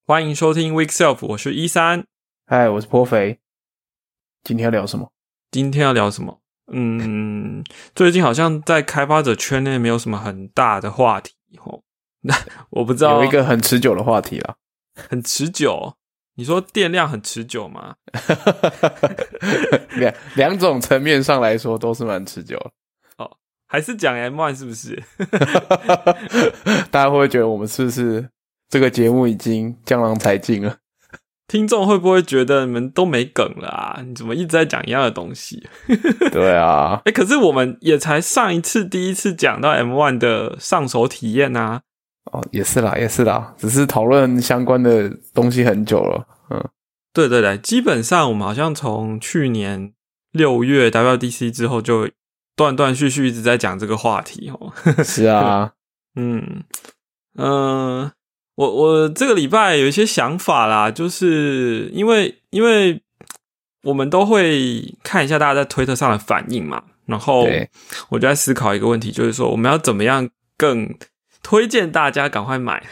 欢迎收听 Week Self， 我是13。 嗨，我是颇肥。今天要聊什么？ 最近好像在开发者圈内没有什么很大的话题我不知道有一个很持久的话题啦。 很持久？你说电量很持久吗？ 两种层面上来说都是蛮持久的。 哦，还是讲 M1 是不是？ 大家会不会觉得我们是不是这个节目已经江郎才尽了？ 听众会不会觉得你们都没梗了啊？你怎么一直在讲一样的东西？ 对啊， 可是我们也才上一次第一次讲到 M1 的上手体验啊。 哦，也是啦，只是讨论相关的东西很久了。 对，基本上我们好像从去年6月 WDC 之后就断断续续一直在讲这个话题是啊， 我这个礼拜有一些想法啦，就是因为我们都会看一下大家在推特上的反应嘛，然后我就在思考一个问题，就是说我们要怎么样更推荐大家赶快买。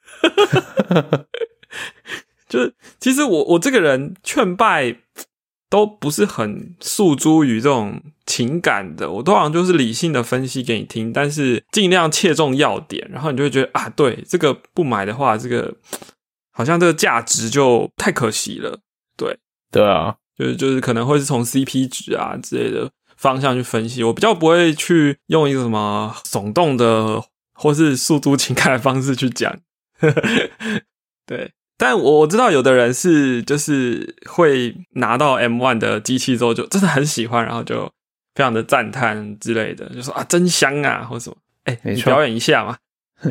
就是其实我这个人劝败都不是很诉诸于这种情感的，我通常就是理性的分析给你听，但是尽量切中要点，然后你就会觉得啊，对，这个不买的话，这个好像这个价值就太可惜了。对啊， 就是可能会是从 CP 值啊之类的方向去分析，我比较不会去用一个什么耸动的或是诉诸情感的方式去讲。对，但我知道有的人是就是会拿到 M1 的机器之后就真的很喜欢，然后就非常的赞叹之类的，就说啊真香啊或什么。你表演一下嘛。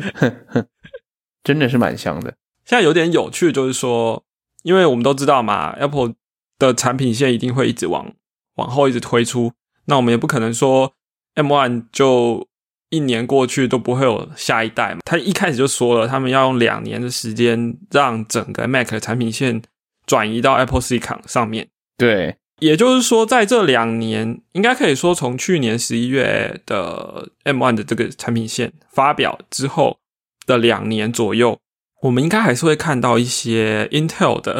真的是蛮香的。 现在有点有趣就是说，因为我们都知道嘛， Apple 的产品线一定会一直往后一直推出，那我们也不可能说 M1 就1年过去都不会有下一代嘛。他一开始就说了，他们要用2年的时间让整个 Mac 的产品线转移到 Apple Silicon 上面。 对， 也就是说在这2年，应该可以说从去年11月的 M1 的这个产品线发表之后的2年左右，我们应该还是会看到一些 Intel 的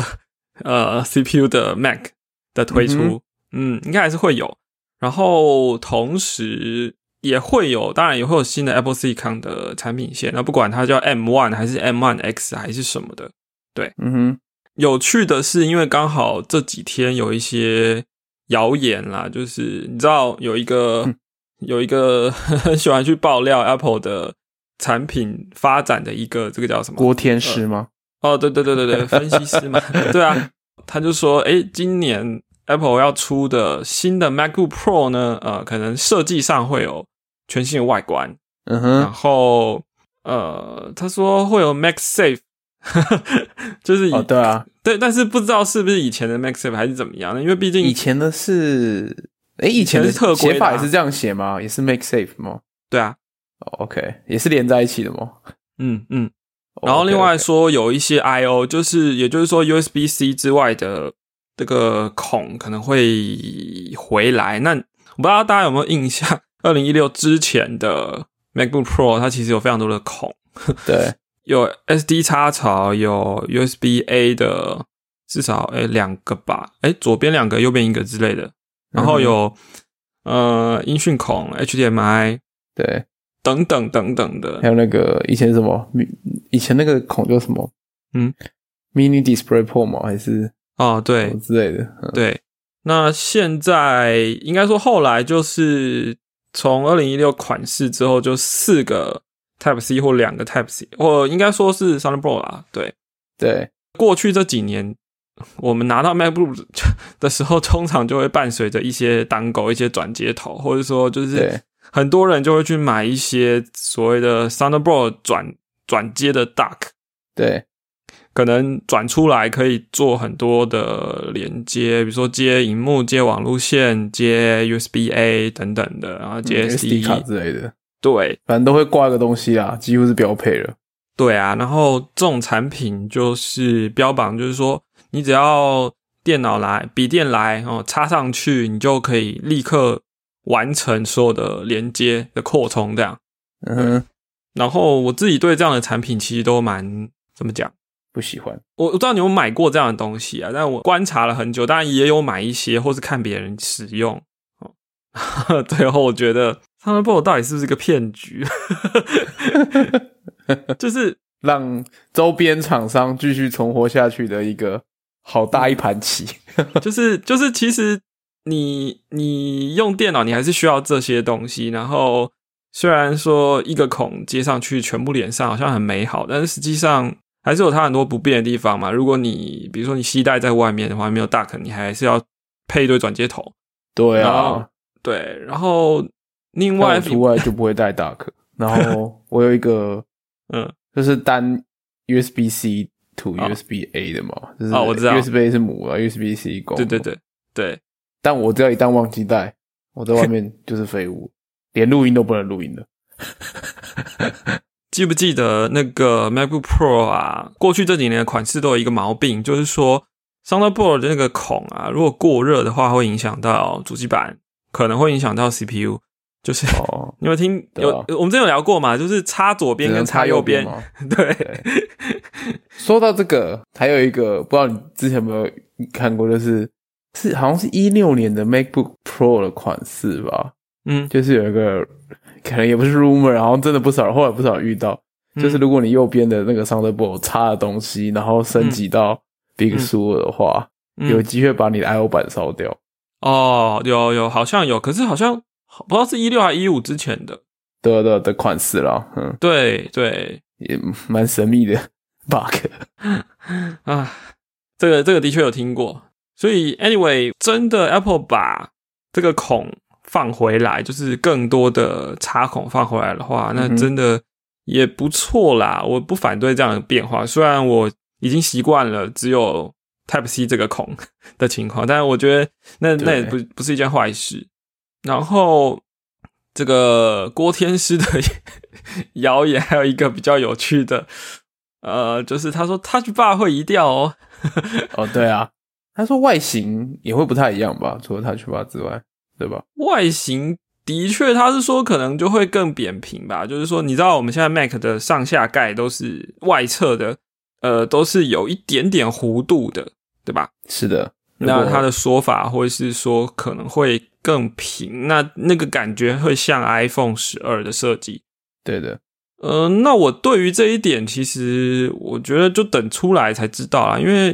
CPU 的 Mac 的推出。应该还是会有。然后同时也会有，当然也会有新的 Apple Silicon 的产品线，那不管它叫 M1 还是 M1X 还是什么的。对，有趣的是，因为刚好这几天有一些谣言啦，就是你知道有一个很喜欢去爆料 Apple 的产品发展的一个这个叫什么？ 郭天师吗？ 对，分析师嘛。对啊，他就说今年 Apple 要出的新的 MacBook Pro 呢，可能设计上会有全新的外观。然后他说会有 MagSafe。就是对啊， 对，但是不知道是不是以前的 MagSafe 还是怎么样呢？因为毕竟以前的是以前的特规写法也是这样写吗？也是 MagSafe 吗？ 对啊。 OK， 也是连在一起的吗？ 然后另外说有一些 I/O， 也就是说 USB-C 之外的这个孔可能会回来。那我不知道大家有没有印象，2016之前的 MacBook Pro 它其实有非常多的孔。 对。 有 SD 插槽，有 USB-A 的至少2个吧，左边2个右边1个之类的，然后有音讯孔 HDMI 对等等的， 还有那个以前什么以前那个孔叫什么Mini Display Port 吗？还是对之类的。 对，那现在应该说后来就是从2016款式之后就4个Type-C 或2个 Type-C， 或应该说是 Thunderbolt 啦。对，过去这几年我们拿到 MacBook 的时候，通常就会伴随着一些dongle，一些转接头，或者说就是很多人就会去买一些所谓的 Thunderbolt 转接的 Dock。 对， 可能转出来可以做很多的连接，比如说接萤幕、接网路线、接 USB-A 等等的，然后接 SD 卡之类的。 对， 反正都会挂一个东西啦，几乎是标配了。 对啊，然后这种产品就是标榜，就是说你只要电脑来、笔电来插上去，你就可以立刻完成所有的连接的扩充这样。然后我自己对这样的产品其实都蛮怎么讲， 不喜欢。 我知道你有买过这样的东西啊，但我观察了很久，当然也有买一些或是看别人使用。最后我觉得 Thunderbolt 到底是不是个骗局？就是让周边厂商继续存活下去的一个好大一盘棋。 就是其实你用电脑你还是需要这些东西，然后虽然说一个孔接上去全部连上好像很美好，但是实际上还是有它很多不便的地方嘛。如果你比如说你携带在外面的话，没有 Dock 你还是要配一堆转接头。 对啊， 对，然后另外我出外就不会带 Dock。然后我有一个就是单 USB-C to USB-A 的嘛，就是我知道 USB-A 是母啊 USB-C 供。 对， 但我只要一旦忘记带，我在外面就是废物，连录音都不能录音了。 记不记得那个 MacBook Pro 啊，过去这几年的款式都有一个毛病，就是说 Thunderbolt 的那个孔啊，如果过热的话会影响到主机板，可能会影响到 CPU。就是你有听我们之前有聊过嘛，就是插左边跟插右边。对。 说到这个，还有一个不知道你之前有没有看过，就是好像是16年的 MacBook Pro 的款式吧。就是有一个可能也不是 rumor， 然后真的后来不少遇到，就是如果你右边的那个 Thunderbolt 插的东西，然后升级到 Big Sur 的话，有机会把你的 IO 板烧掉。 有好像有，可是好像不知道是16还是15之前的的款式啦。 对， 也蛮神秘的 bug 啊。这个的确有听过。所以 anyway， 真的 Apple 把这个孔放回来，就是更多的插孔放回来的话，那真的也不错啦。我不反对这样的变化，虽然我已经习惯了只有 Type-C 这个孔的情况，但是我觉得那也不是一件坏事。然后这个郭天师的谣言还有一个比较有趣的，就是他说 Touch Bar 会移掉哦。 对啊，他说外形也会不太一样吧，除了 Touch Bar 之外，对吧？ 外形的确，他是说可能就会更扁平吧，就是说你知道我们现在 Mac 的上下盖都是外侧的，都是有一点点弧度的，对吧？ 是的。 那他的说法会是说可能会更平，那个感觉会像 iPhone 12的设计。 对的。 那我对于这一点其实我觉得就等出来才知道啦，因为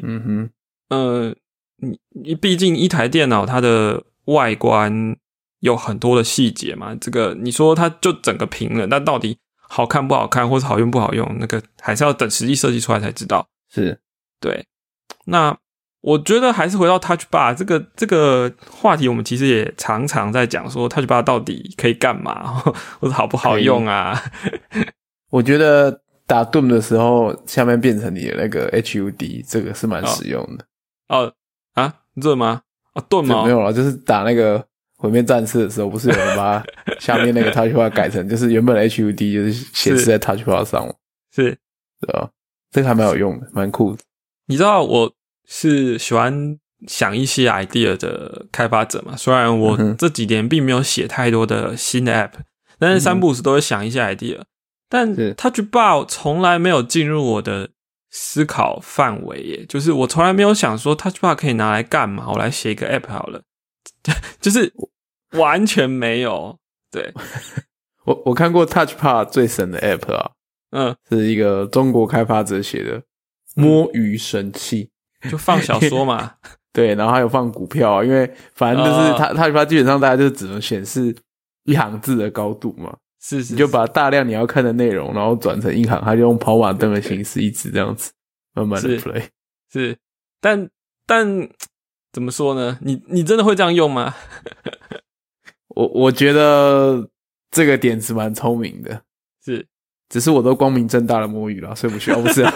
你毕竟一台电脑它的外观有很多的细节嘛，这个你说它就整个平了，但到底好看不好看或是好用不好用，那个还是要等实际设计出来才知道。 是。对。 那我觉得还是回到 Touch Bar 这个话题，我们其实也常常在讲说 Touch Bar 到底可以干嘛，或者好不好用啊。 我觉得打 Doom 的时候下面变成你的那个 HUD， 这个是蛮实用的。 这吗？Doom 吗？ 没有啦，就是打那个毁灭战士的时候，不是有人把下面那个 Touch Bar 改成就是原本的 HUD 就是显示在 Touch Bar 上吗？ 是。 对啊，这个还蛮有用的，蛮酷的。 你知道我是喜欢想一些 idea 的开发者嘛，虽然我这几年并没有写太多的新的 app， 但是三不五时都会想一些 idea， 但 Touch Bar 从来没有进入我的思考范围耶，就是我从来没有想说 Touch Bar 可以拿来干嘛，我来写一个 app 好了，就是完全没有。对。 我看过 Touch Bar 最神的 app 啊，是一个中国开发者写的摸鱼神器， 就放小说嘛。 对，然后还有放股票啊，因为反正就是它基本上大家就只能显示一行字的高度嘛。 是， 你就把大量你要看的内容，然后转成一行，它就用跑马灯的形式一直这样子慢慢的 play。 是，但怎么说呢？你真的会这样用吗？ 我觉得这个点子蛮聪明的。 是。 只是我都光明正大的摸鱼啦，所以不需要。不是啊。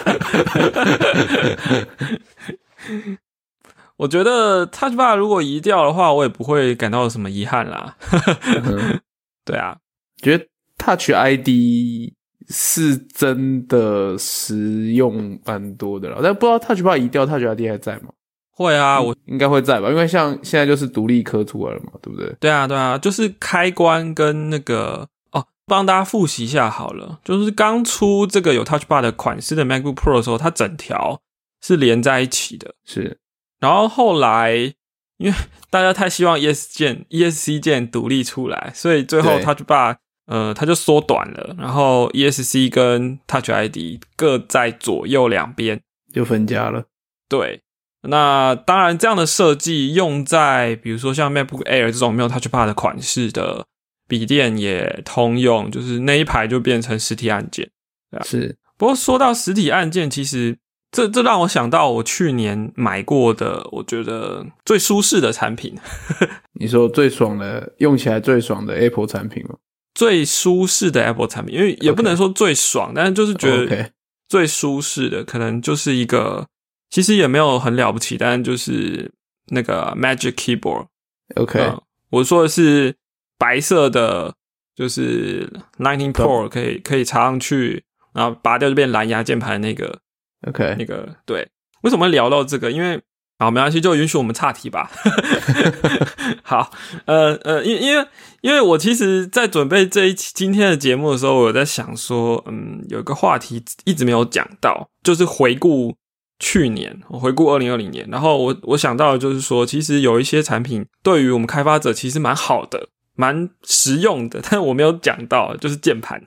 我觉得 Touch Bar 如果移掉的话，我也不会感到有什么遗憾啦。对啊， 觉得 Touch ID 是真的实用蛮多的啦，但不知道 Touch Bar 移掉 Touch ID 还在吗？ 会啊，我应该会在吧，因为像现在就是独立颗出来了嘛，对不对？ 对啊，就是开关跟那个帮大家复习一下好了，就是刚出这个有 Touch Bar 的款式的 MacBook Pro 的时候，它整条是连在一起的， 是。 然后后来因为大家太希望 ESC 键独立出来，所以最后 Touch Bar 它就缩短了，然后 ESC 跟 Touch ID 各在左右两边就分家了。 对，那当然这样的设计用在比如说像 MacBook Air 这种没有 Touch Bar 的款式的笔电也通用，就是那一排就变成实体按键。对啊， 是。 不过说到实体按键，其实这让我想到我去年买过的我觉得最舒适的产品。 你说最爽的，用起来最爽的 Apple 产品吗？ 最舒适的 Apple 产品，因为也不能说最爽，但是就是觉得最舒适的可能就是一个其实也没有很了不起，但是就是那个 Magic Keyboard。OK，我说的是白色的，就是 Lightning Port 可以插上去，然后拔掉就变蓝牙键盘那个。 OK， 那个对，为什么会聊到这个？因为好没关系，就允许我们岔题吧。好，因为我其实在准备这一期今天的节目的时候，我有在想说，有一个话题一直没有讲到，就是回顾去年，我回顾2020年，然后我想到的就是说，其实有一些产品对于我们开发者其实蛮好的，蛮实用的，但我没有讲到，就是键盘。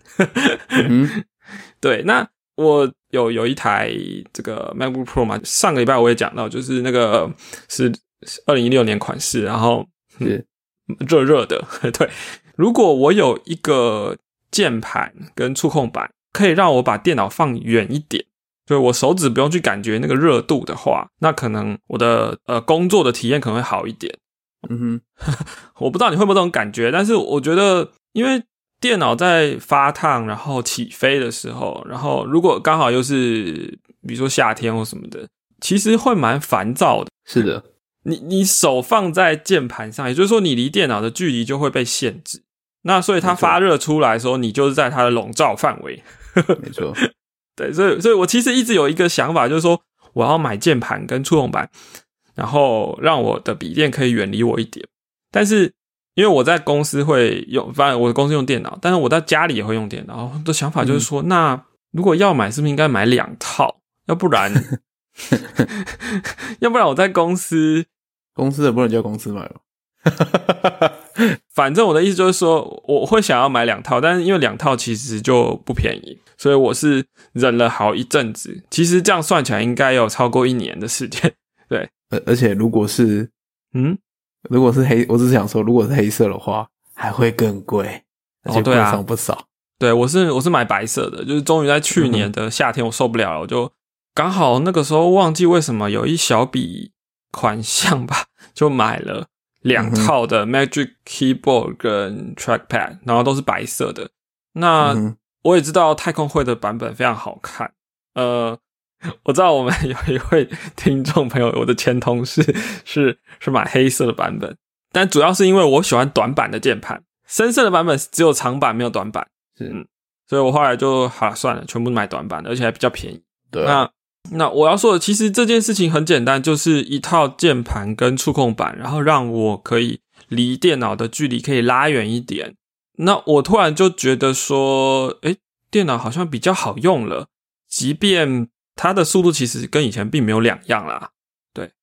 对，那我有一台这个 MacBook Pro 嘛，上个礼拜我也讲到，就是那个是2016年款式，然后热热的。对，如果我有一个键盘跟触控板，可以让我把电脑放远一点，就我手指不用去感觉那个热度的话，那可能我的工作的体验可能会好一点。我不知道你会不会这种感觉，但是我觉得因为电脑在发烫然后起飞的时候，然后如果刚好又是比如说夏天或什么的，其实会蛮烦躁的。 是的， 你手放在键盘上，也就是说你离电脑的距离就会被限制，那所以它发热出来的时候，你就是在它的笼罩范围。 没错。 对，所以我其实一直有一个想法，就是说我要买键盘跟触控板，然后让我的笔电可以远离我一点。但是因为我在公司会用，反正我的公司用电脑，但是我在家里也会用电脑。我的想法就是说，那如果要买，是不是应该买2套？要不然我在公司的不能叫公司买了。 反正我的意思就是说，我会想要买2套，但是因为2套其实就不便宜，所以我是忍了好一阵子。其实这样算起来，应该有超过1年的时间。对， 而且如果是黑，我只是想说，如果是黑色的话，还会更贵，而且贵上不少。 对，我是买白色的，就是终于在去年的夏天我受不了了，我就刚好那个时候忘记为什么有一小笔款项吧，就买了2套的 Magic Keyboard 跟 Trackpad， 然后都是白色的。那我也知道太空会的版本非常好看，我知道我们有一位听众朋友，我的前同事是买黑色的版本，但主要是因为我喜欢短版的键盘，深色的版本只有长版没有短版，所以我后来就好算了，全部买短版的，而且还比较便宜。 对， 那我要说的，其实这件事情很简单，就是一套键盘跟触控板，然后让我可以离电脑的距离可以拉远一点。那我突然就觉得说，电脑好像比较好用了，即便它的速度其实跟以前并没有两样啦。对，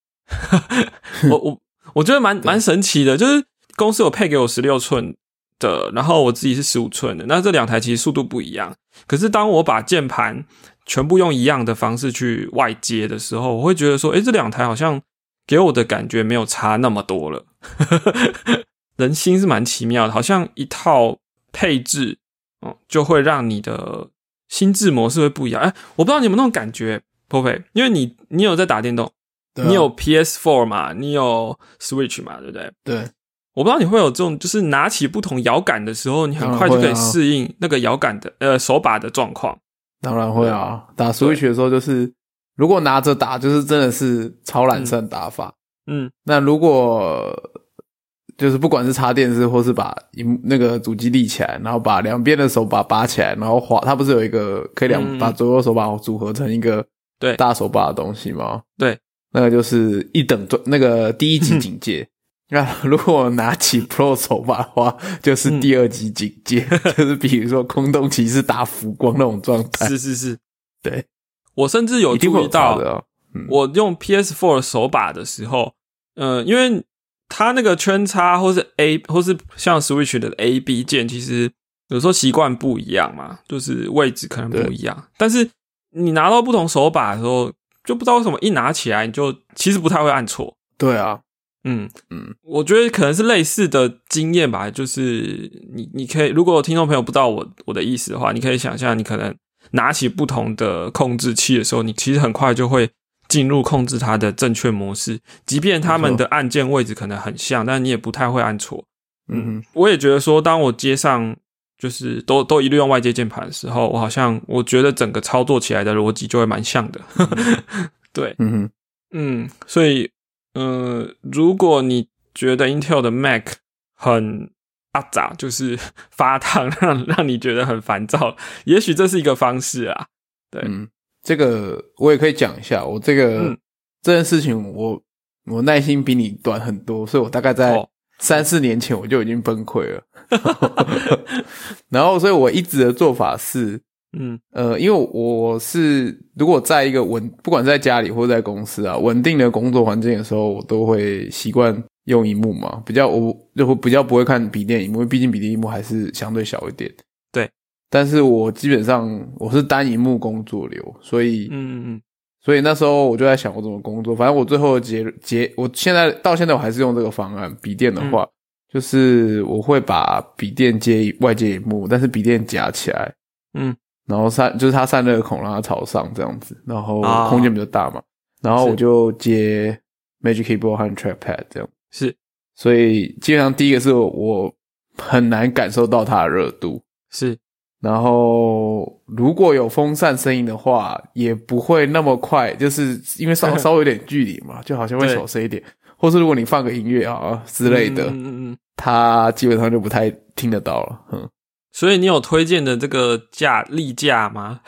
我觉得蛮神奇的，就是公司有配给我16寸的，然后我自己是15寸的，那这2台其实速度不一样。可是当我把键盘全部用一样的方式去外接的时候，我会觉得说，这2台好像给我的感觉没有差那么多了。人心是蛮奇妙的，好像一套配置就会让你的心智模式会不一样。我不知道你有没有那种感觉 Pope， 因为你有在打电动，你有 PS4 嘛，你有 Switch 嘛，对不对？ 对。 我不知道你会有这种，就是拿起不同摇杆的时候，你很快就可以适应那个摇杆的手把的状况。 当然会啊，打 Switch 的时候就是如果拿着打，就是真的是超懒散打法。那如果就是不管是插电视或是把那个主机立起来，然后把两边的手把拔起来，然后它不是有一个可以把左右手把组合成一个大手把的东西吗？ 对， 那个就是那个第一级警戒。 那如果我拿起 Pro 手把的话，就是第2级警戒，就是比如说空洞骑士打浮光那种状态。 是， 对， 我甚至有注意到，我用 PS4 的手把的时候，因为它那个圈叉或是 A 或是像 Switch 的 A、B 键，其实有时候习惯不一样嘛，就是位置可能不一样。但是你拿到不同手把的时候，就不知道为什么一拿起来你就其实不太会按错。 对啊。 我觉得可能是类似的经验吧，就是你可以，如果听众朋友不知道我的意思的话，你可以想象你可能拿起不同的控制器的时候，你其实很快就会进入控制它的正确模式，即便他们的按键位置可能很像，但你也不太会按错。我也觉得说，当我接上就是都一律用外接键盘的时候，我觉得整个操作起来的逻辑就会蛮像的。对，所以如果你觉得 Intel 的 Mac 很阿杂，就是发烫，让你觉得很烦躁，也许这是一个方式啊。对， 这个我也可以讲一下，我这件事情我耐心比你短很多，所以我大概在3-4年前我就已经崩溃了。然后所以我一直的做法是因为我是如果在一个不管是在家里或者在公司啊稳定的工作环境的时候，我都会习惯用萤幕嘛，我比较不会看笔电萤幕，因为毕竟笔电萤幕还是相对小一点。 对， 但是我基本上我是单萤幕工作流，所以所以那时候我就在想我怎么工作，反正我最后的我到现在我还是用这个方案。笔电的话就是我会把笔电接外接萤幕，但是笔电夹起来然后就是它散热孔让它朝上这样子，然后空间比较大嘛，然后我就接 Magic Keyboard 和 Trackpad 这样。 是， 所以基本上第一个是我很难感受到它的热度。 是， 然后如果有风扇声音的话也不会那么快，就是因为稍微有点距离嘛，就好像会小声一点，或是如果你放个音乐啊之类的它基本上就不太听得到了。 所以你有推荐的这个例架吗？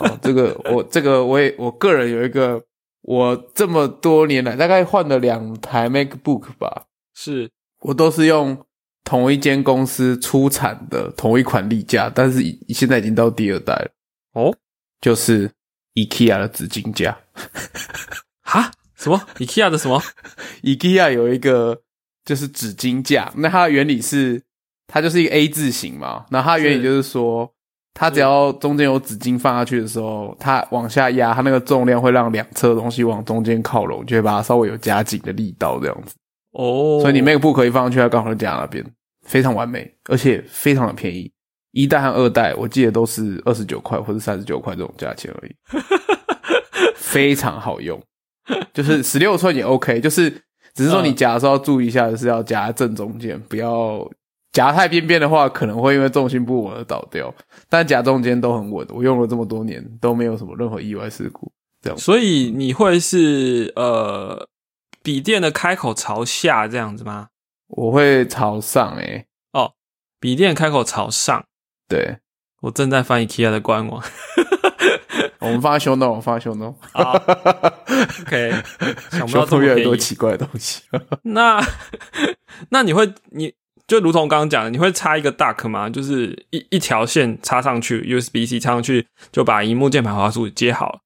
我个人有一个，我这么多年来大概换了2台 MacBook 吧， 是我都是用同一间公司出产的同一款例架，但是现在已经到第2代了。就是 IKEA 的纸巾架。 哈？什么 IKEA 的什么 ？IKEA 有一个就是纸巾架，那它的原理是它就是一个 A 字形嘛，那它的原理就是说它只要中间有纸巾放下去的时候，它往下压，它那个重量会让2侧的东西往中间靠拢，就会把它稍微有夹紧的力道这样子。所以你 MacBook 可以放上去，它刚好就夹那边，非常完美，而且非常的便宜。1代和2代我记得都是29块或者39块这种价钱而已。非常好用，就是16寸也 OK， 就是只是说你夹的时候要注意一下，就是要夹在正中间，不要夹太边边的话可能会因为重心不稳而倒掉，但夹中间都很稳，我用了这么多年都没有什么任何意外事故这样。 所以你会是笔电的开口朝下这样子吗？ 我会朝上笔电开口朝上。 对， 我正在翻 IKEA 的官网。 我们放在 show note。 好 OK， 想不到这么越来越多奇怪的东西。 那你就如同刚刚讲的，你会插一个 dock 吗？就是一条线插上去 USB-C 插上去就把萤幕键盘滑鼠接好了。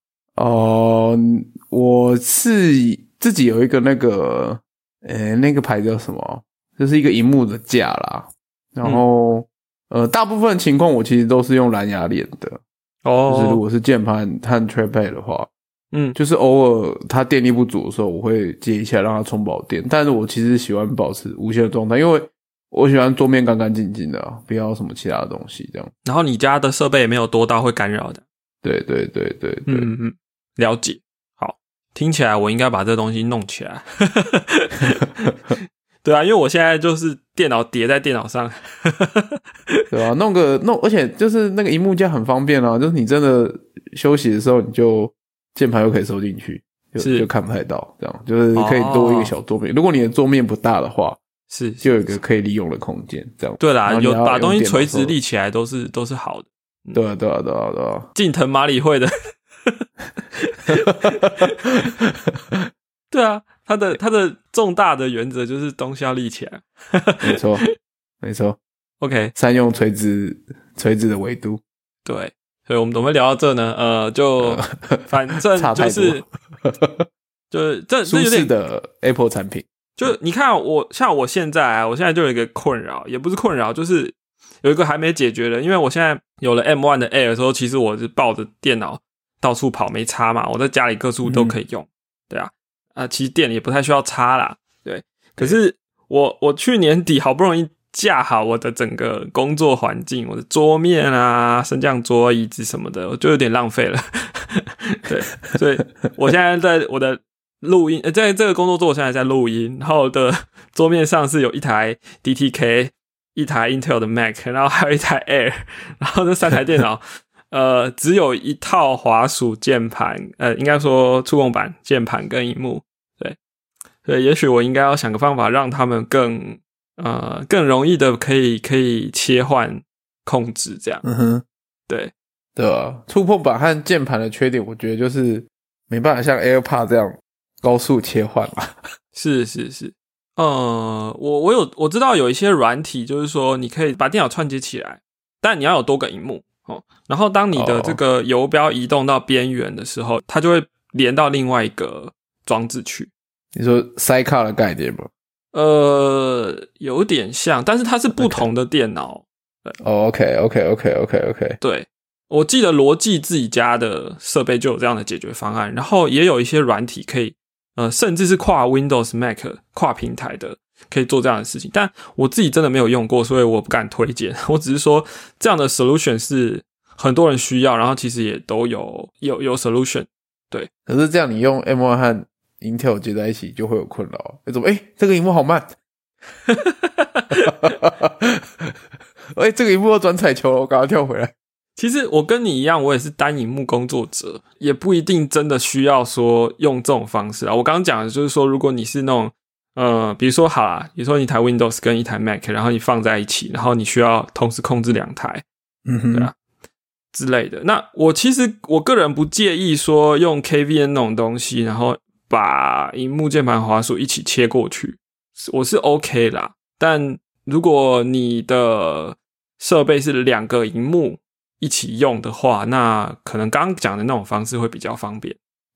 我是自己有一个那个那个牌子叫什么，就是一个萤幕的架啦，然后大部分情况我其实都是用蓝牙连的。就是如果是键盘和 trackpad 的话就是偶尔它电力不足的时候我会接一下让它充饱电，但是我其实喜欢保持无线的状态，因为我喜欢桌面干干净净的不要什么其他的东西这样。 然后你家的设备也没有多到会干扰的。 对， 了解。好，听起来我应该把这东西弄起来。对啊，因为我现在就是电脑叠在电脑上。 对啊，而且就是那个萤幕架很方便啊，就是你真的休息的时候你就键盘又可以收进去，就看不太到，这样就是可以多一个小桌面。如果你的桌面不大的话，就有一个可以利用的空间这样。 对啦，有把东西垂直立起来都是好的。 对啊， 近藤麻里惠的。对啊， 它的重大的原则就是东西要立起来。 没错。 OK， 善用垂直的维度。 对，所以我们怎么会聊到这呢？就反正就是这舒适的 Apple 产品。 就你看像我现在就有一个困扰，也不是困扰，就是有一个还没解决的。因为我现在有了 M1 的 Air 的时候，其实我是抱着电脑到处跑没插嘛，我在家里各处都可以用。对啊，其实电也不太需要插啦。对，可是我去年底好不容易架好我的整个工作环境，我的桌面啊、升降桌、椅子什么的，我就有点浪费了。对，所以我现在在我的录音，在这个工作桌我现在在录音，然后我的桌面上是有一台 DTK， 一台 Intel 的 Mac， 然后还有一台 Air， 然后这3台电脑只有一套滑鼠键盘，应该说触控板、键盘跟萤幕。对，所以也许我应该要想个方法让他们更容易的可以切换控制这样。对啊，触控板和键盘的缺点，我觉得就是没办法像 AirPod 这样高速切换嘛。 是。我知道有一些软体，就是说你可以把电脑串接起来，但你要有多个萤幕然后当你的这个游标移动到边缘的时候，它就会连到另外一个装置去。 你说 Sidecar 的概念吗？ 有点像，但是它是不同的电脑。 OK。 对，我记得罗技自己家的设备就有这样的解决方案，然后也有一些软体可以甚至是跨 Windows Mac 跨平台的可以做这样的事情，但我自己真的没有用过，所以我不敢推荐。我只是说这样的 solution 是很多人需要，然后其实也都有 solution。 对， 可是这样你用 M1 和 Intel 接在一起就会有困扰。怎么这个萤幕好慢。这个萤幕要转彩球了，我赶快跳回来。 其实我跟你一样，我也是单萤幕工作者，也不一定真的需要说用这种方式啊。我刚刚讲的就是说，如果你是那种比如说好啦，比如说一台 Windows 跟一台 Mac， 然后你放在一起，然后你需要同时控制2台，对啊之类的。那其实我个人不介意说用 KVM 那种东西，然后把萤幕、键盘、滑鼠一起切过去，我是 OK 啦。但如果你的设备是2个萤幕一起用的话，那可能刚刚讲的那种方式会比较方便。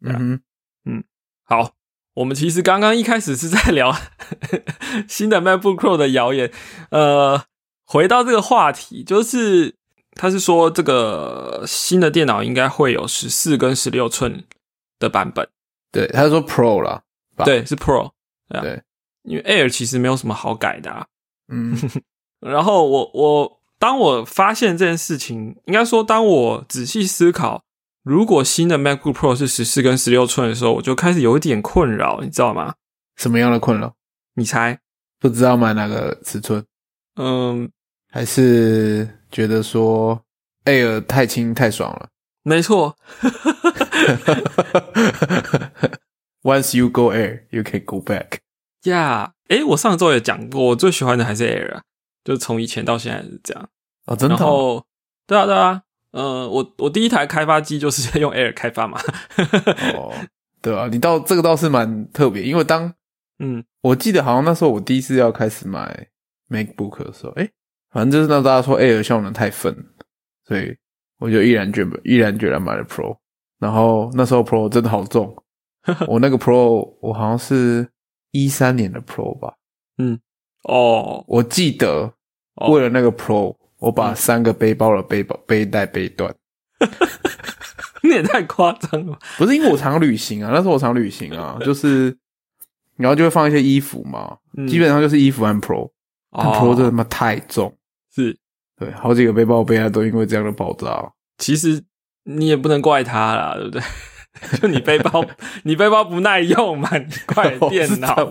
好，我们其实刚刚一开始是在聊新的 MacBook Pro 的谣言。回到这个话题，就是他是说这个新的电脑应该会有14跟16寸的版本。 对，他说 Pro 啦。 对，是 Pro。 对， 因为 Air 其实没有什么好改的啊。然后当我发现这件事情，应该说当我仔细思考，如果新的 MacBook Pro 是14跟16寸的时候，我就开始有一点困扰，你知道吗？ 什么样的困扰？ 你猜？ 不知道买哪个尺寸？还是觉得说 Air 太轻太爽了？ 没错。 Once you go Air, you can go back. Yeah， 我上周也讲过，我最喜欢的还是 Air 啊，就是从以前到现在是这样。 真的？ 然后，对啊。我第一台开发机就是用 Air 开发嘛。 对啊，你这个倒是蛮特别，因为我记得好像那时候我第一次要开始买 MacBook 的时候，反正就是那大家说 Air 效能太分，所以我就毅然决然买了 Pro。然后那时候 Pro 真的好重，我那个 Pro 我好像是13年的 Pro 吧。我记得为了那个 Pro，我把3个背包的背带背断。 你也太夸张了。 不是因为我常旅行啊，那时候我常旅行啊，就是然后就会放一些衣服嘛，基本上就是衣服和 Pro。但 Pro 真的他妈太重。 是。 对，好几个背包背带都因为这样的爆炸。其实你也不能怪他啦，对不对？就你背包不耐用嘛，你怪电脑。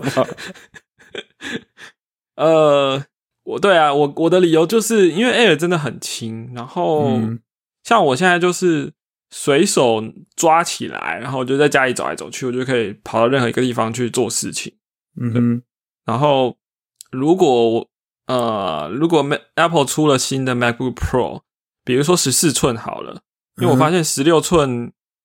对啊，我的理由就是因为 Air 真的很轻，然后像我现在就是随手抓起来，然后我就在家里走来走去，我就可以跑到任何一个地方去做事情。然后如果 Apple 出了新的 MacBook Pro， 比如说14寸好了，因为我发现16寸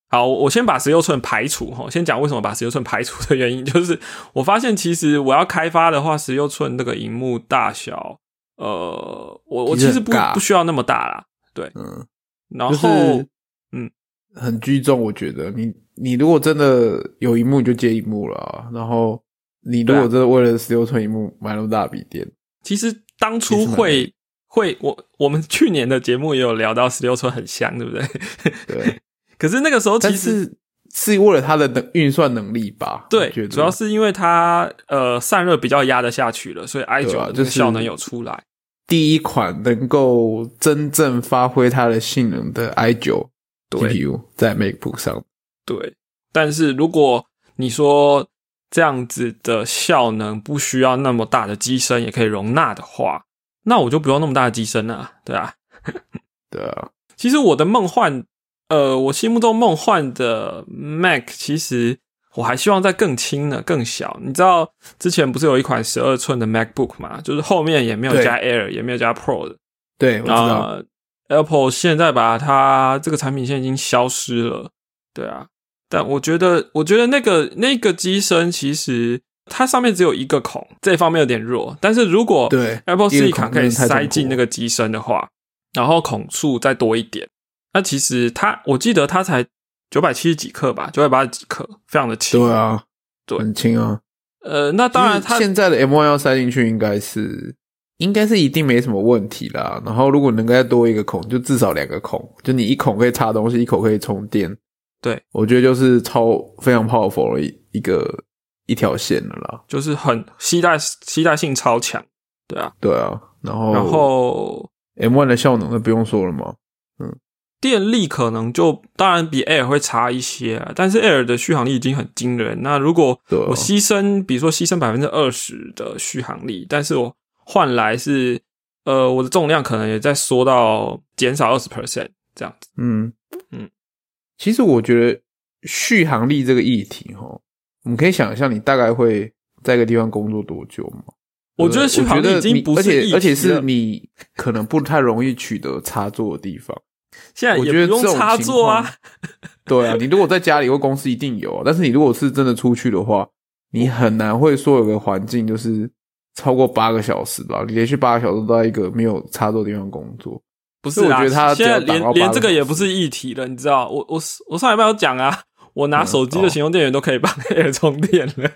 好，我先把16寸排除齁，先讲为什么把16寸排除的原因，就是我发现其实我要开发的话16寸那个萤幕大小我其实不需要那么大啦，对，然后、 就是很居中，我觉得你如果真的有萤幕你就接萤幕了啊，然后你如果真的为了16寸萤幕买那么大笔电， 其实当初会我们去年的节目也有聊到16寸很香，对不对？ 对。 可是那个时候其实是为了它的运算能力吧？ 对，主要是因为它散热比较压得下去了，所以 i9 的效能有出来。 第一款能够真正发挥它的性能的 i9 GPU 在 MacBook 上。 对，但是如果你说这样子的效能不需要那么大的机身也可以容纳的话，那我就不用那么大的机身了，对啊。 对啊。 其实我的梦幻我心目中梦幻的 Mac 其实我还希望再更轻的更小。你知道之前不是有一款12寸的 MacBook 吗？就是后面也没有加 Air 也没有加 Pro 的。 对，我知道。 Apple 现在把它这个产品线已经消失了。对啊，但我觉得那个机身其实它上面只有一个孔，这方面有点弱。但是如果 Apple Silicon 可以塞进那个机身的话，然后孔数再多一点，那其实我记得它才970几克吧，980几克，非常的轻。 对啊，对，很轻啊。 那当然它现在的 M1 要塞进去应该是一定没什么问题啦。然后如果能够再多一个孔，就至少2个孔，就你一孔可以插东西，一口可以充电。 对， 我觉得就是非常 powerful 的一条线了啦， 就是很携带性超强。对啊， 对啊。然后 M1 的效能那不用说了嘛。 电力可能就当然比 Air 会差一些啊，但是 Air 的续航力已经很惊人。那如果我比如说牺牲 20% 的续航力，但是我换来是我的重量可能也在缩到减少 20% 这样子。 其实我觉得续航力这个议题我们可以想象你大概会在一个地方工作多久吗？ 我觉得续航力已经不是议题了， 而且是你可能不太容易取得插座的地方。 现在也不用插座啊。 对啊，你如果在家里或公司一定有，但是你如果是真的出去的话，你很难会说有个环境就是超过8个小时吧，你连续8个小时都在一个没有插座的地方工作。 不是啊， 我觉得他现在连这个也不是议题了，你知道？我上礼拜有讲啊，我拿手机的行动电源都可以帮 Air 充电了。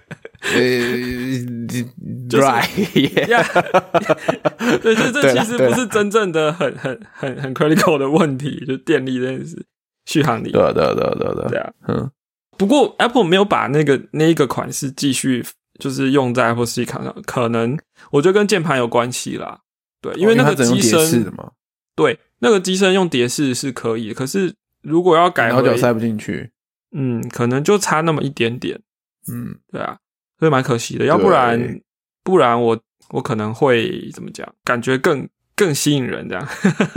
就是对，这其实不是真正的很 critical 的问题，就是电力这件事，续航力。 对啊。不过 Apple 没有把那一个款式继续就是用在 Apple Silicon 上，可能我觉得跟键盘有关系啦。对，因为那个机身对，那个机身用碟式是可以的，可是如果要改回， 然后就塞不进去。 可能就差那么一点点。对啊，所以蛮可惜的。要不然我可能会怎么讲？感觉更吸引人这样。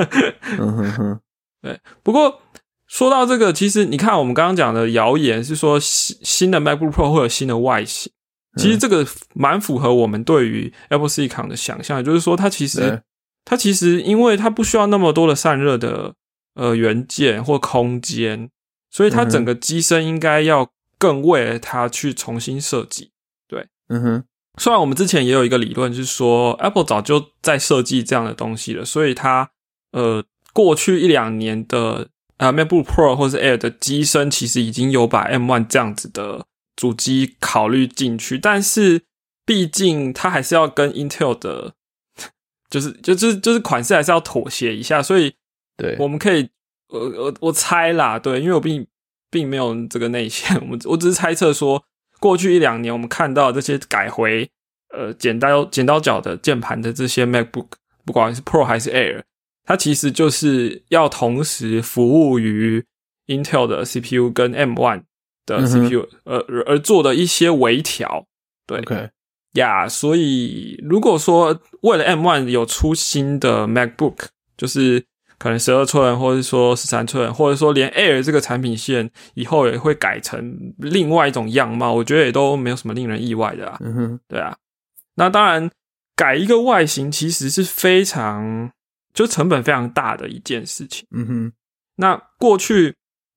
对，不过说到这个，其实你看我们刚刚讲的谣言是说新的 MacBook Pro 会有新的外形，其实这个蛮符合我们对于 Apple Silicon 的想象，就是说它其实因为它不需要那么多的散热的元件或空间，所以它整个机身应该要更为了它去重新设计。对，虽然我们之前也有一个理论是说 Apple 早就在设计这样的东西了，所以它过去1-2年的MacBook Pro 或是 Air 的机身其实已经有把 M1 这样子的主机考虑进去，但是毕竟它还是要跟 Intel 的就是款式还是要妥协一下，所以对， 我们可以我猜啦，对，因为我并没有这个内线，我只是猜测说过去1-2年我们看到这些改回剪刀脚的键盘的这些 MacBook， 不管是 Pro 还是 Air， 它其实就是要同时服务于 Intel 的 CPU 跟 M1 的 CPU，而做的一些微调。对。 Okay. 所以如果说为了 M1 有出新的 MacBook， 就是可能12寸或者说13寸，或者说连 Air 这个产品线以后也会改成另外一种样貌，我觉得也都没有什么令人意外的啊。对啊。那当然改一个外形其实是非常就成本非常大的一件事情。那过去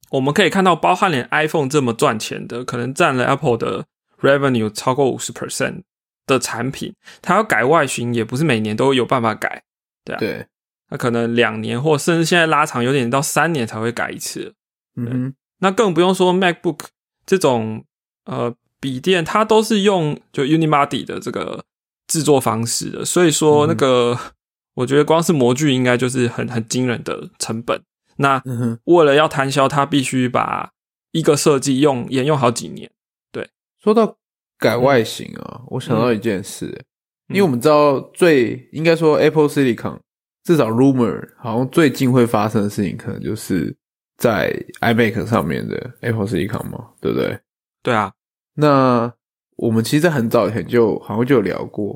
我们可以看到包含连 iPhone 这么赚钱的，可能占了 Apple 的 revenue 超过 50% 的产品，它要改外形也不是每年都有办法改，对啊， 对， 那可能2年或甚至现在拉长有点到3年才会改一次。那更不用说 MacBook 这种笔电，它都是用就 Unibody 的这个制作方式的，所以说那个我觉得光是模具应该就是很惊人的成本。那为了要摊销，它必须把一个设计沿用好几年。对， 说到改外形啊，我想到一件事，因为我们知道应该说 Apple Silicon 至少 rumor 好像最近会发生的事情，可能就是在 iMac 上面的 Apple Silicon 嘛，对不对？ 对啊。 那我们其实在很早以前好像就有聊过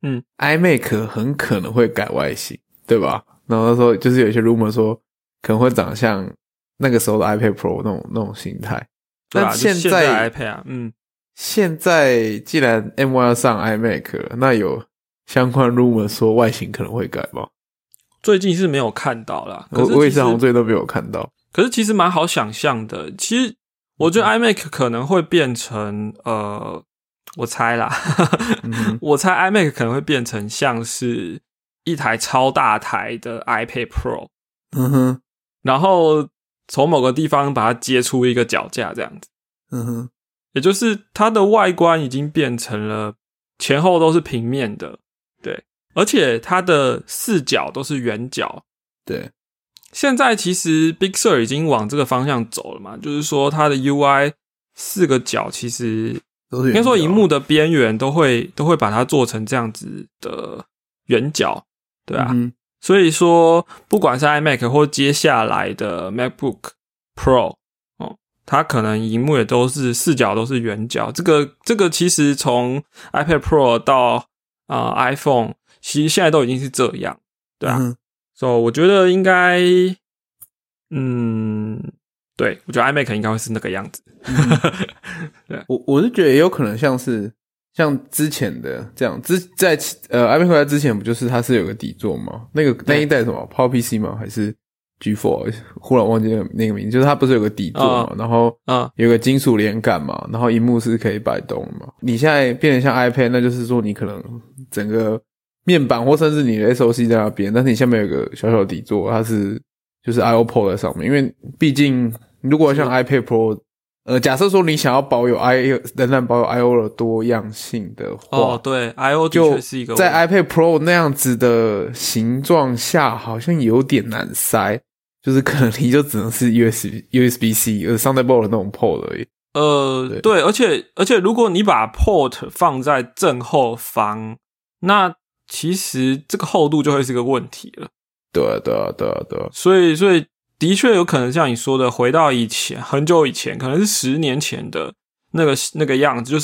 ，iMac 很可能会改外形，对吧？然后那时候就是有一些 rumor 说可能会长像那个时候的 iPad Pro 那种形态。 对啊， 但现在 iPad 啊， 现在既然 M1 要上 iMac 了，那有相关 rumor 说外形可能会改吗？ 最近是没有看到啦， 我也是好像最近都没有看到。 可是其实蛮好想象的，其实我觉得 iMac 可能会变成我猜啦我猜 iMac 可能会变成像是一台超大台的 iPad Pro，然后从某个地方把它接出一个脚架这样子，也就是它的外观已经变成了前后都是平面的，对，而且它的4角都是圆角， 对。 现在其实 Big Sur 已经往这个方向走了嘛，就是说它的 UI 4个角其实应该说萤幕的边缘都会把它做成这样子的圆角，对啊，所以说不管是 iMac 或接下来的 MacBook Pro，它可能萤幕也都是4角都是圆角，这个其实从 iPad Pro 到iPhone 其实现在都已经是这样，对啊。所以我觉得应该对，我觉得 iMac 应该会是那个样子。对， 我是觉得也有可能像之前的这样，在iMac 回来之前不就是它是有个底座吗？那一代什么 PowerPC 吗？还是 G4？ 忽然忘记那个名字，就是它不是有个底座嘛，然后有个金属连杆嘛，然后萤幕是可以摆动的嘛。你现在变成像 iPad， 那就是说你可能整个面板或甚至你的 SoC 在那边，但是你下面有个小小的底座，它是就是 IO Port 在上面，因为毕竟如果像 iPad Pro，假设说你想要仍然保有 IO 的多样性的话， 对 IO 的确是一个在 iPad Pro 那样子的形状下，好像有点难塞，就是可能你就只能是 USB-C Thunderbolt 的那种 Port 而已。 对，而且如果你把 Port 放在正后方，那其实这个厚度就会是个问题了。 对啊。 所以的确有可能像你说的，回到很久以前，可能是10年前的那个样子，就是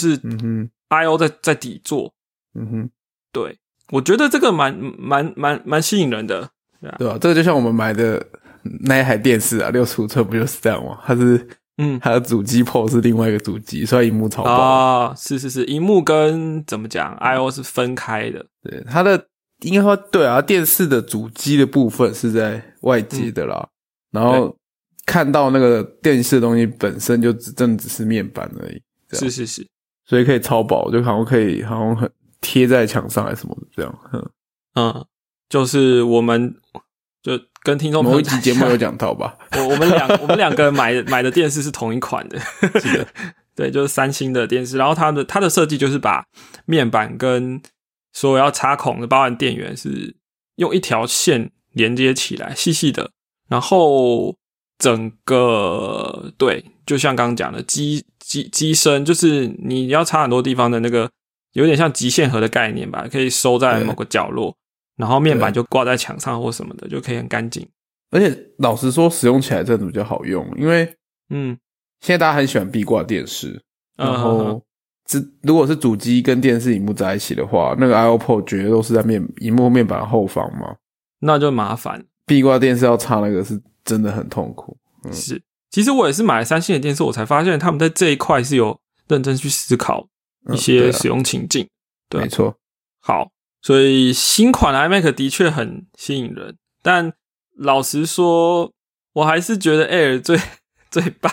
IO 在底座。对，我觉得这个蛮吸引人的。 对啊，这个就像我们买的那一台电视啊，65寸不就是这样吗？它是它的主机 port 是另外一个主机，所以萤幕超薄。 是，萤幕跟怎么讲 IO 是分开的。 对，它的应该说对啊，电视的主机的部分是在外接的啦，然后看到那个电视的东西本身就真的只是面板而已。 是， 所以可以超薄，就好像很贴在墙上还是什么的这样。 就是我们就跟听众朋友某一集节目有讲到吧？ 我们两个买的电视是同一款的， 是的， 对，就是三星的电视。然后它的设计就是把面板跟所有要插孔的包含电源是用一条线连接起来，细细的。然后整个对，就像刚刚讲的机身，就是你要插很多地方的那个，有点像极限盒的概念吧，可以收在某个角落。然后面板就挂在墙上或什么的，就可以很干净。 而且老实说，使用起来真的比较好用，因为现在大家很喜欢壁挂电视，然后如果是主机跟电视萤幕在一起的话，那个 IO Port 绝对都是在萤幕面板后方嘛， 那就麻烦。 壁挂电视要插那个是真的很痛苦。 是，其实我也是买了三星的电视，我才发现他们在这一块是有认真去思考一些使用情境。对， 没错。 好。所以新款的 iMac 的确很吸引人，但老实说，我还是觉得 Air 最棒。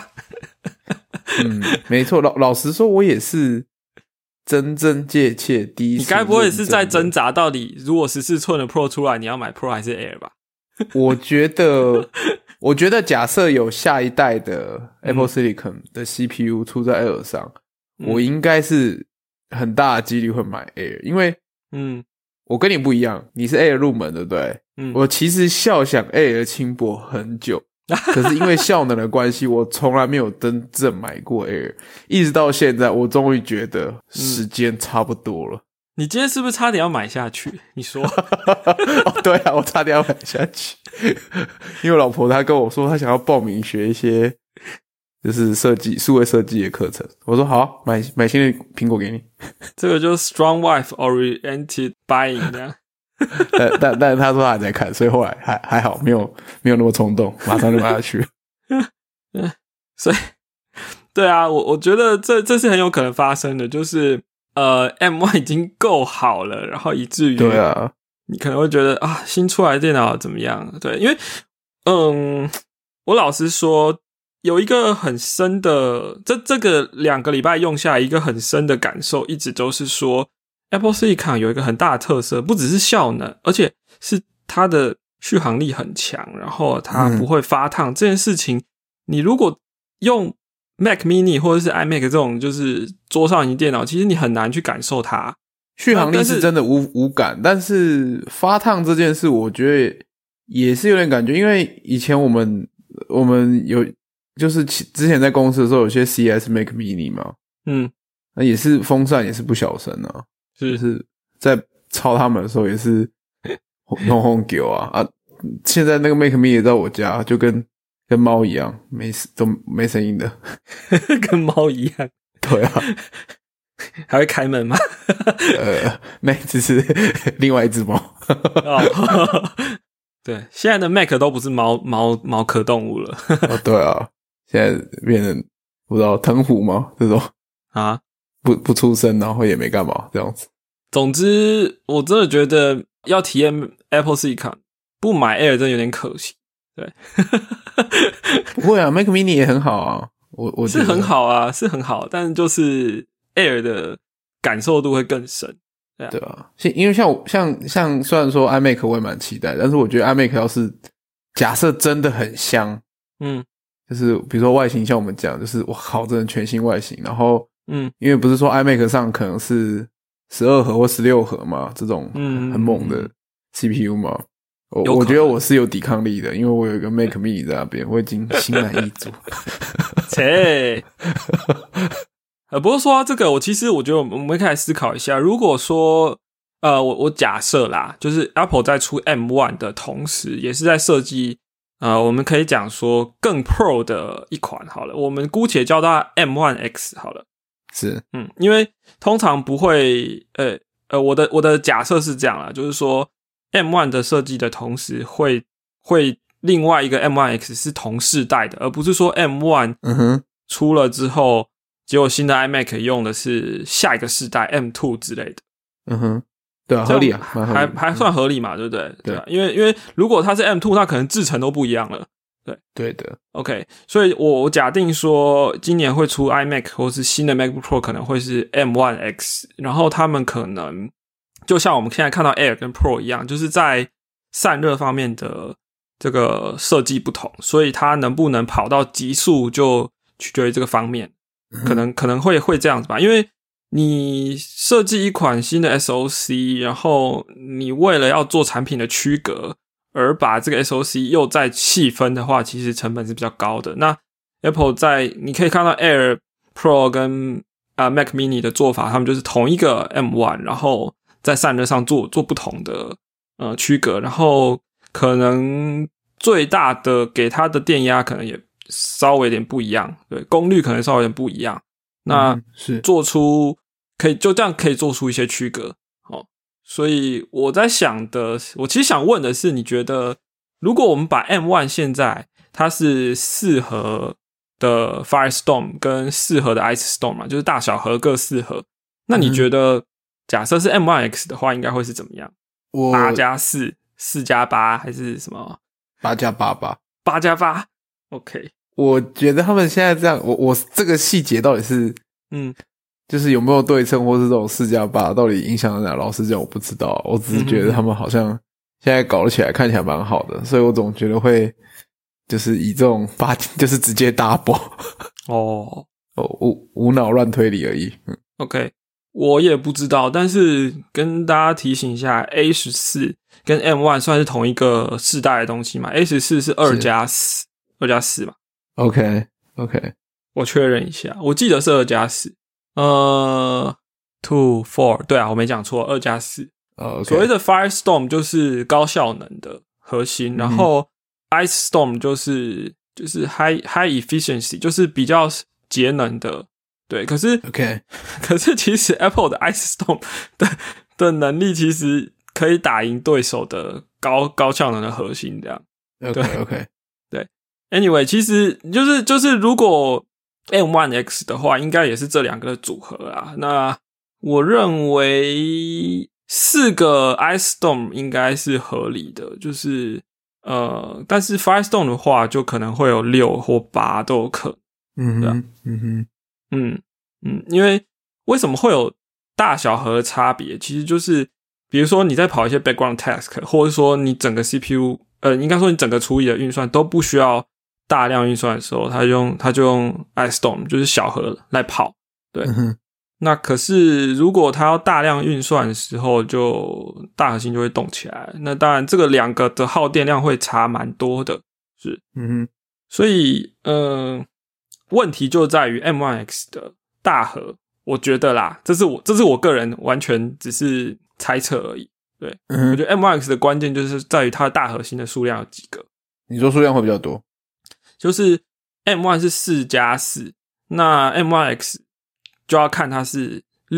没错，老实说，我也是真真切切第一次。 你该不会是在挣扎到底如果14寸的 Pro 出来，你要买 Pro 还是 Air 吧？ 我觉得假设有下一代的 Apple Silicon 的 CPU 出在 Air 上，我应该是很大的几率会买 Air， 因为我跟你不一样，你是 Air 入门对不对？我其实效想 Air 的轻薄很久，可是因为效能的关系，我从来没有真正买过 Air， 一直到现在，我终于觉得时间差不多了。 你今天是不是差点要买下去？你说哦，对啊，我差点要买下去，因为我老婆她跟我说她想要报名学一些就是数位设计的课程，我说好，买新的苹果给你。 这个就是 strong wife oriented buying 这样。 但他说他还在看，所以后来还好，没有那么冲动，马上就买下去。 所以对啊，我觉得这是很有可能发生的，就是M1 已经够好了，然后以至于对啊， 你可能会觉得啊，新出来的电脑怎么样？对，因为我老实说，有一个很深的这个2个礼拜用下来，一个很深的感受，一直都是说 Apple Silicon 有一个很大的特色，不只是效能，而且是它的续航力很强，然后它不会发烫。这件事情，你如果用 Mac Mini 或者是 iMac 这种就是桌上型电脑，其实你很难去感受它。 续航力是真的无感，但是发烫这件事，我觉得也是有点感觉，因为以前我们有就是之前在公司的时候，有些 CS Mac Mini 嘛，那也是风扇也是不小声啊，就是在操他们的时候也是轰狗啊，现在那个 Mac Mini 在我家就跟猫一样，都没声音的， 跟猫一样。 对啊， 还会开门吗？ 那只是另外一只猫。 对，现在的 Mac 都不是猫科动物了。 哦，对啊，现在变成不知道藤虎吗？这种啊， 不出声，然后也没干嘛这样子。 总之，我真的觉得要体验 Apple Silicon， 不买 Air 真的有点可惜。对， 不会啊 ，Mac Mini 也很好啊，我是很好啊，是很好，但是就是 Air 的感受度会更深。 对啊，因为像虽然说 iMac 我也蛮期待，但是我觉得 iMac 要是假设真的很香，就是比如说外形像我们讲，就是哇靠，真的全新外形，然后因为不是说 iMac 上可能是12核或16核嘛，这种很猛的 CPU 嘛，我觉得我是有抵抗力的，因为我有一个 Mac Mini 在那边，我已经心满意足。 切。不过说到这个，我觉得我们可以来思考一下，如果说我假设啦，就是 Apple 在出 M1 的同时，也是在设计我们可以讲说更 Pro 的一款好了，我们姑且叫它 M1X 好了。 是， 因为通常不会我的假设是这样啦，就是说 M1 的设计的同时会另外一个 M1X 是同世代的，而不是说 M1 出了之后结果新的 iMac 用的是下一个世代 M2 之类的。 对啊，合理啊， 还算合理嘛，对不对？对啊，因为如果它是 M2， 那可能制程都不一样了。 对的 ，OK， 所以我假定说今年会出 iMac 或是新的 MacBook Pro 可能会是 M1X， 然后他们可能就像我们现在看到 Air 跟 Pro 一样，就是在散热方面的这个设计不同，所以它能不能跑到极速就取决于这个方面。可能会这样子吧，因为你设计一款新的 SoC， 然后你为了要做产品的区隔而把这个 SoC 又再细分的话，其实成本是比较高的。那 Apple 你可以看到 Air Pro 跟Mac Mini 的做法，他们就是同一个 M1， 然后在散热上做不同的区隔，然后可能最大的给它的电压可能也稍微有点不一样，对，功率可能稍微有点不一样。那是做出就这样可以做出一些区隔。所以我在想的，我其实想问的是，你觉得如果我们把 M1 现在它是4核的 Firestorm 跟4核的 Ice Storm 嘛，就是大小核各4核，那你觉得假设是 M1X 的话应该会是怎么样？8+4 4+8还是什么？ 8+8吧。 8+8 OK， 我觉得他们现在这样，我这个细节到底是就是有没有对称，或是这种4加8到底影响了哪？老实讲，我不知道。我只是觉得他们好像现在搞得起来，看起来蛮好的，所以我总觉得会就是以这种就是直接 double 无脑乱推理而已。 OK， 我也不知道，但是跟大家提醒一下 ，A14 跟 M1 算是同一个世代的东西嘛 ？A14 是2+4嘛 ？OK， 我确认一下，我记得是2+4。2 4对啊，我没讲错，2+4。所谓的 Firestorm 就是高效能的核心，然后 Ice Storm 就是 high efficiency， 就是比较节能的。对，可是其实 Apple 的 Ice Storm 的能力其实可以打赢对手的高效能的核心这样。 OK， 对 ，Anyway， 其实就是如果 M1X 的话，应该也是这两个的组合啊。那我认为4个 Ice Storm 应该是合理的，就是但是 Firestorm 的话，就可能会有6或8都有可能。因为为什么会有大小核的差别？其实就是比如说你在跑一些 background task， 或者说你整个 CPU， 应该说你整个处理的运算都不需要大量运算的时候，它就用 Ice Storm， 就是小核来跑。对，那可是如果它要大量运算的时候，就大核心就会动起来。那当然这个两个的耗电量会差蛮多的，是，所以问题就在于 M1X 的大核，我觉得啦，这是我个人完全只是猜测而已。对，我觉得 M1X 的关键就是在于它的大核心的数量有几个。 你说数量会比较多， 就是 M1 是4+4，那 M1X 就要看它是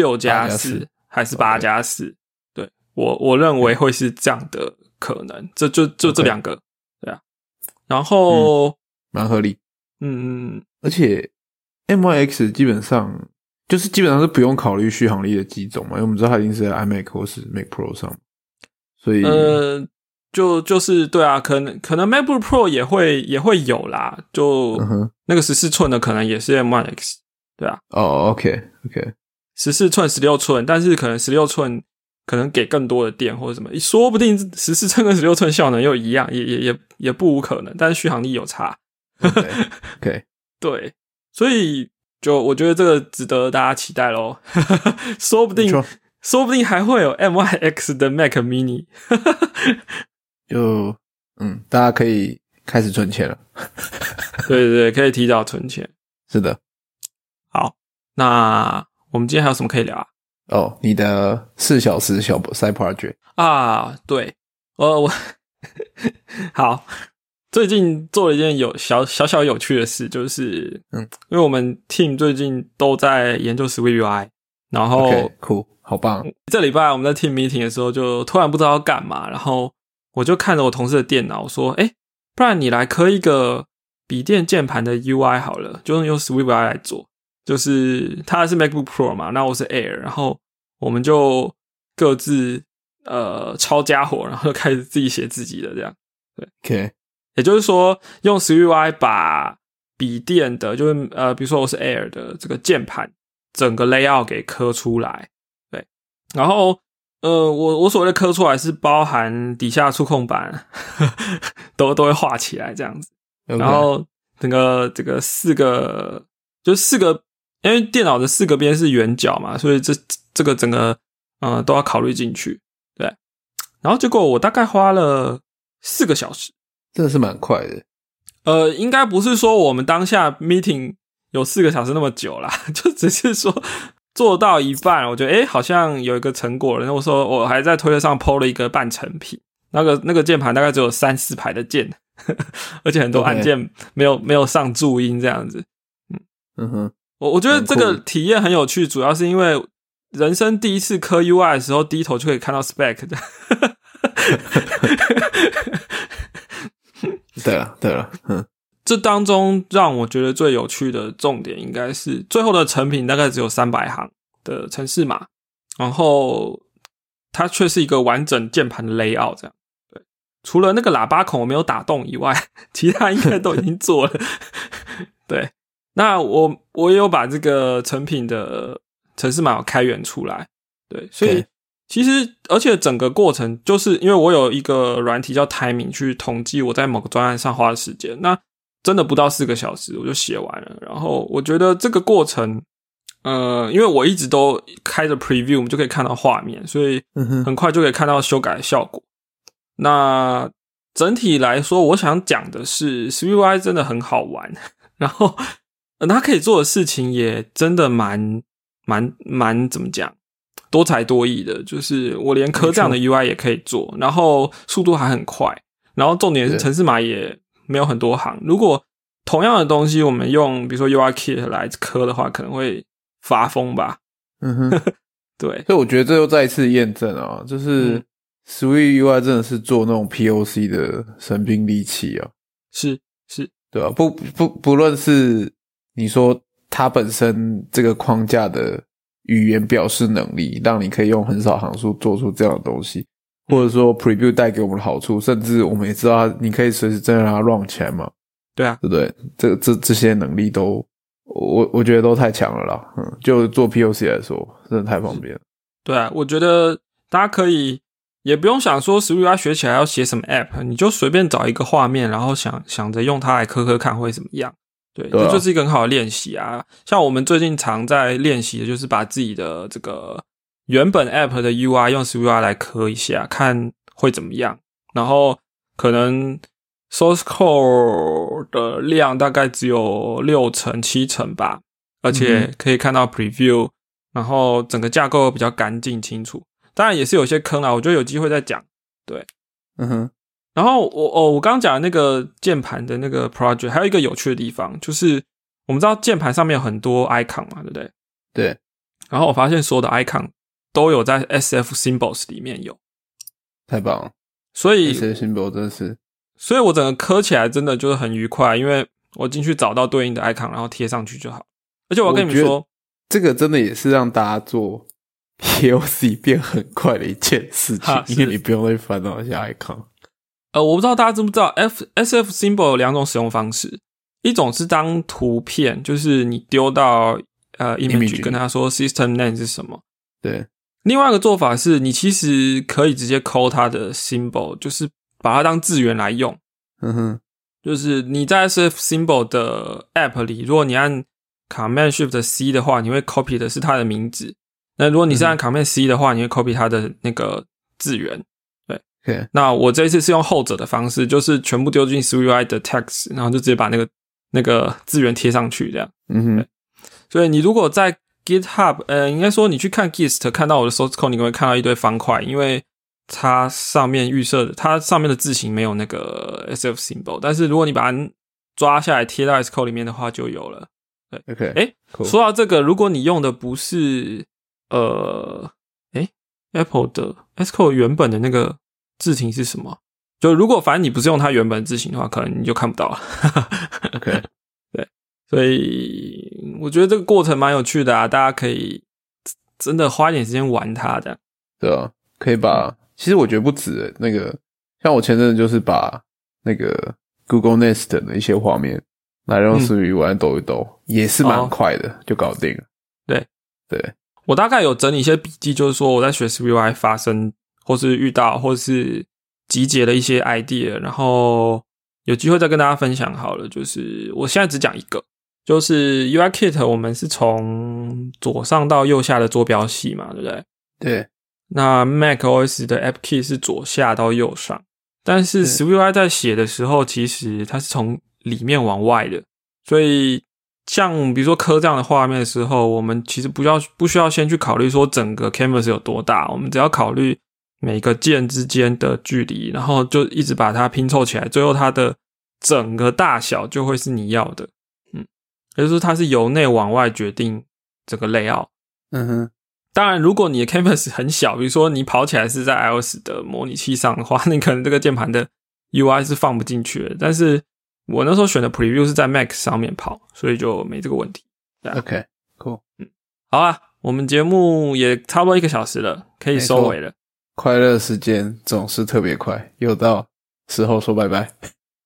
6+4还是8+4。对，我认为会是这样的可能，就这两个，对啊。然后蛮合理，而且 M1X 基本上是不用考虑续航力的机种嘛，因为我们知道它一定是在 iMac 或是 Mac Pro 上，所以就是对啊，可能 MacBook Pro 也会有啦，就那个14寸的可能也是 M1X， 对啊。 OK 14寸16寸，但是可能16寸可能给更多的电或者什么，说不定14寸跟16寸效能又一样，也不无可能，但是续航力有差。 OK 对，所以就我觉得这个值得大家期待咯。说不定还会有 M1X 的 Mac Mini。 就大家可以开始存钱了。 对，可以提早存钱。 是的。 好，那我们今天还有什么可以聊啊？ 你的4小时小 side project 啊，对，我好，最近做了一件小有趣的事，就是因为我们 team 最近都在研究 Swift UI， 然后酷，好棒。 这礼拜我们在 team meeting 的时候，就突然不知道要干嘛，然后我就看着我同事的电脑说，不然你来刻一个笔电键盘的 UI 好了，就用 Swift UI 来做。就是他是 MacBook Pro 嘛，那我是 Air， 然后我们就各自抄家伙，然后就开始自己写自己的这样。对 ，OK， 也就是说用 SwiftUI 把笔电的，就是比如说我是 Air 的这个键盘整个 layout 给刻出来。对，然后我所谓的刻出来是包含底下触控板都会画起来这样子。Okay. 然后整个这个4个因为电脑的4个边是圆角嘛，所以这个整个都要考虑进去。对，然后结果我大概花了4个小时， 真的是蛮快的。 应该不是说我们当下 meeting 有4个小时那么久啦，就只是说做到一半，我觉得好像有一个成果了。然后我还在推特上 po 了一个半成品，那个键盘大概只有3-4排的键，而且很多按键没有上注音这样子。我觉得这个体验很有趣，主要是因为人生第一次刻 UI 的时候，低头就可以看到 spec 的。 对了， 这当中让我觉得最有趣的重点应该是最后的成品大概只有300行的程式码，然后它却是一个完整键盘的 layout 这样。对，除了那个喇叭孔我没有打洞以外，其他应该都已经做了。 对，那我也有把这个成品的程式码开源出来，对，所以其实而且整个过程就是因为我有一个软体叫 Timing 去统计我在某个专案上花的时间，那真的不到4个小时我就写完了。然后我觉得这个过程因为我一直都开着 preview 我们就可以看到画面，所以很快就可以看到修改的效果。那整体来说我想讲的是 SwiftUI 真的很好玩，然后它可以做的事情也真的蛮怎么讲多才多艺的，就是我连科这样的 UI 也可以做，然后速度还很快，然后重点是程式码也没有很多行。如果同样的东西我们用比如说 UIKit 来科的话可能会发疯吧。对， 所以我觉得这又再一次验证啊，就是 SwiftUI 真的是做那种 POC 的神兵利器啊。 是对吧？不论是你说它本身这个框架的语言表示能力，让你可以用很少行数做出这样的东西，或者说 Preview 带给我们的好处，甚至我们也知道你可以随时真的让它 run 起来嘛。 对啊， 对不对？这些能力都我觉得都太强了啦。就做 POC 来说真的太方便了。 对啊，我觉得大家可以也不用想说 SwiftUI 学起来要写什么 app， 你就随便找一个画面然后想着用它来科看会怎么样。对，这就是一个很好的练习啊。像我们最近常在练习的就是把自己的这个原本 app 的 UI 用 SwiftUI 来科一下看会怎么样，然后可能 source code 的量大概只有6成7成吧，而且可以看到 preview， 然后整个架构比较干净清楚。当然也是有些坑啦，我觉得有机会再讲。对，然后我刚刚讲的那个键盘的那个 project 还有一个有趣的地方，就是我们知道键盘上面有很多 icon 嘛，对不对？ 对。 然后我发现所有的 icon 都有在 SF Symbols 里面有。 太棒了。 所以 SF Symbol 真的是， 所以我整个刻起来真的就是很愉快，因为我进去找到对应的 icon 然后贴上去就好。而且我要跟你们说， 这个真的也是让大家做 POC 变很快的一件事情，因为你不用再烦恼一下 icon。 我不知道大家知不知道 SF Symbol 有2种使用方式，一种是当图片，就是你丢到image 跟他说 system name 是什么。 对。 另外一个做法是你其实可以直接抠它的 symbol， 就是把它当字元来用。就是你在 SF Symbol 的 app 里，如果你按 Command Shift C 的话，你会 copy 的是它的名字。那如果你是按 Command C 的话，你会 copy 它的那个字元。对。 Okay. 那我这一次是用后者的方式，就是全部丢进 SwiftUI 的 text， 然后就直接把那个字元贴上去这样。所以你如果在 GitHub 应该说你去看 Gist 看到我的 source code， 你会看到一堆方块，因为它上面预设的它上面的字型没有那个 SF symbol， 但是如果你把它抓下来贴到 S code 里面的话就有了。对 OK， cool. 说到这个，如果你用的不是Apple 的 S code 原本的那个字型是什么，就如果反正你不是用它原本的字型的话，可能你就看不到了。 OK， 对，所以我觉得这个过程蛮有趣的啊，大家可以真的花一点时间玩它的。 对啊，可以把其实我觉得不止那个，像我前阵子就是把那个 Google Nest 的一些画面来用 SwiftUI 抖一抖，也是蛮快的，就搞定了。对， 我大概有整理一些笔记，就是说我在学 SwiftUI 发生或是遇到或是集结的一些 idea， 然后有机会再跟大家分享好了。就是我现在只讲一个，就是 UIKit 我们是从左上到右下的坐标系嘛，对不对？ 对。 那 macOS 的 AppKit 是左下到右上，但是 SwiftUI 在写的时候其实它是从里面往外的，所以像比如说刻这样的画面的时候，我们其实不需要先去考虑说整个 canvas 有多大，我们只要考虑每个键之间的距离，然后就一直把它拼凑起来，最后它的整个大小就会是你要的。也就是说它是由内往外决定这个 layout。当然如果你的 canvas 很小，比如说你跑起来是在 iOS 的模拟器上的话，你可能这个键盘的 UI 是放不进去的，但是我那时候选的 preview 是在 Mac 上面跑，所以就没这个问题。 OK， cool。 好啊，我们节目也差不多1个小时了，可以收尾了。 快乐时间总是特别快，又到时候说拜拜。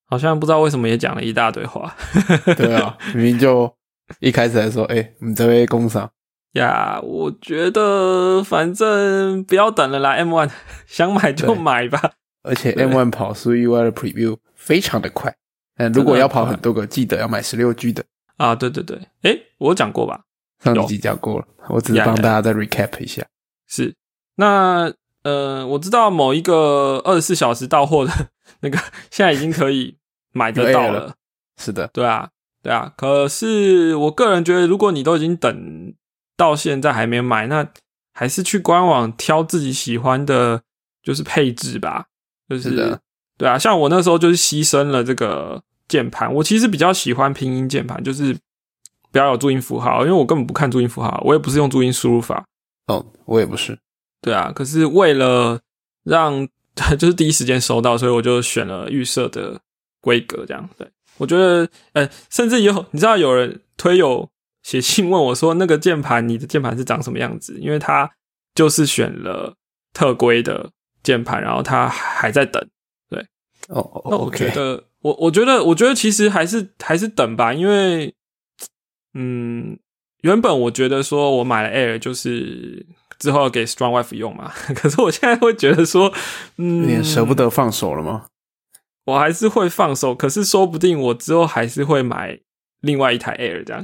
好像不知道为什么也讲了一大堆话。 对啊，明明就一开始还说我们这位工商呀，我觉得反正不要等了啦 M1 想买就买吧。 而且 M1 跑速 UI 的 preview 非常的快，但如果要跑很多个记得要买 16G 的啊。对对对，我有讲过吧， 上几集讲过了，我只是帮大家再 recap 一下。 是，那我知道某一个24小时到货的那个现在已经可以买得到了。 是的， 对啊对啊，可是我个人觉得如果你都已经等到现在还没买，那还是去官网挑自己喜欢的就是配置吧。就是的， 对啊，像我那时候就是牺牲了这个键盘，我其实比较喜欢拼音键盘，就是不要有注音符号，因为我根本不看注音符号，我也不是用注音输入法。 我也不是。 对啊，可是为了让就是第一时间收到，所以我就选了预设的规格这样。对，我觉得甚至你知道有人推友写信问我说那个键盘你的键盘是长什么样子，因为他就是选了特规的键盘，然后他还在等。对，那我觉得我觉得其实还是等吧，因为原本我觉得说我买了 Air 就是之后要给 Strongwife 用嘛，可是我现在会觉得说有点舍不得放手了吗？ 我还是会放手，可是说不定我之后还是会买另外一台 Air 这样。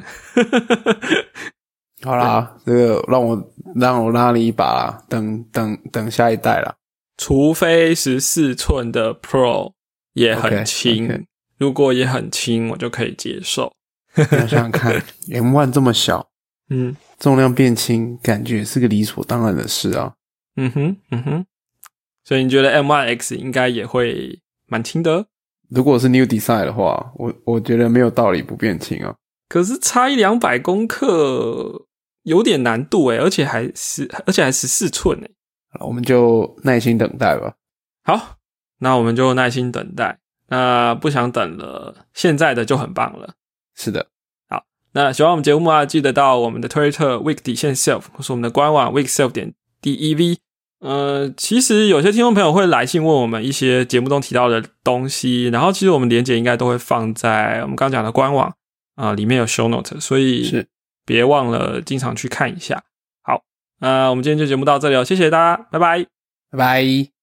好啦，这个让我拉你一把啦，等下一代啦。 除非14寸的 Pro 也很轻，如果也很轻我就可以接受。 想想看 M1 这么小，重量变轻感觉是个理所当然的事啊。 所以你觉得 M1X 应该也会蛮轻的？ 如果是 New Design 的话，我觉得没有道理不变轻啊。 可是差100-200公克有点难度而且还14寸我们就耐心等待吧。 好，那我们就耐心等待。那不想等了，现在的就很棒了。 是的。 好，那喜欢我们节目啊，记得到我们的 Twitter week_self 或是我们的官网 weekself.dev。其实有些听众朋友会来信问我们一些节目中提到的东西，然后其实我们连结应该都会放在我们刚讲的官网里面有 show note， 所以别忘了经常去看一下。好，我们今天就节目到这里了，谢谢大家，拜拜， 拜拜。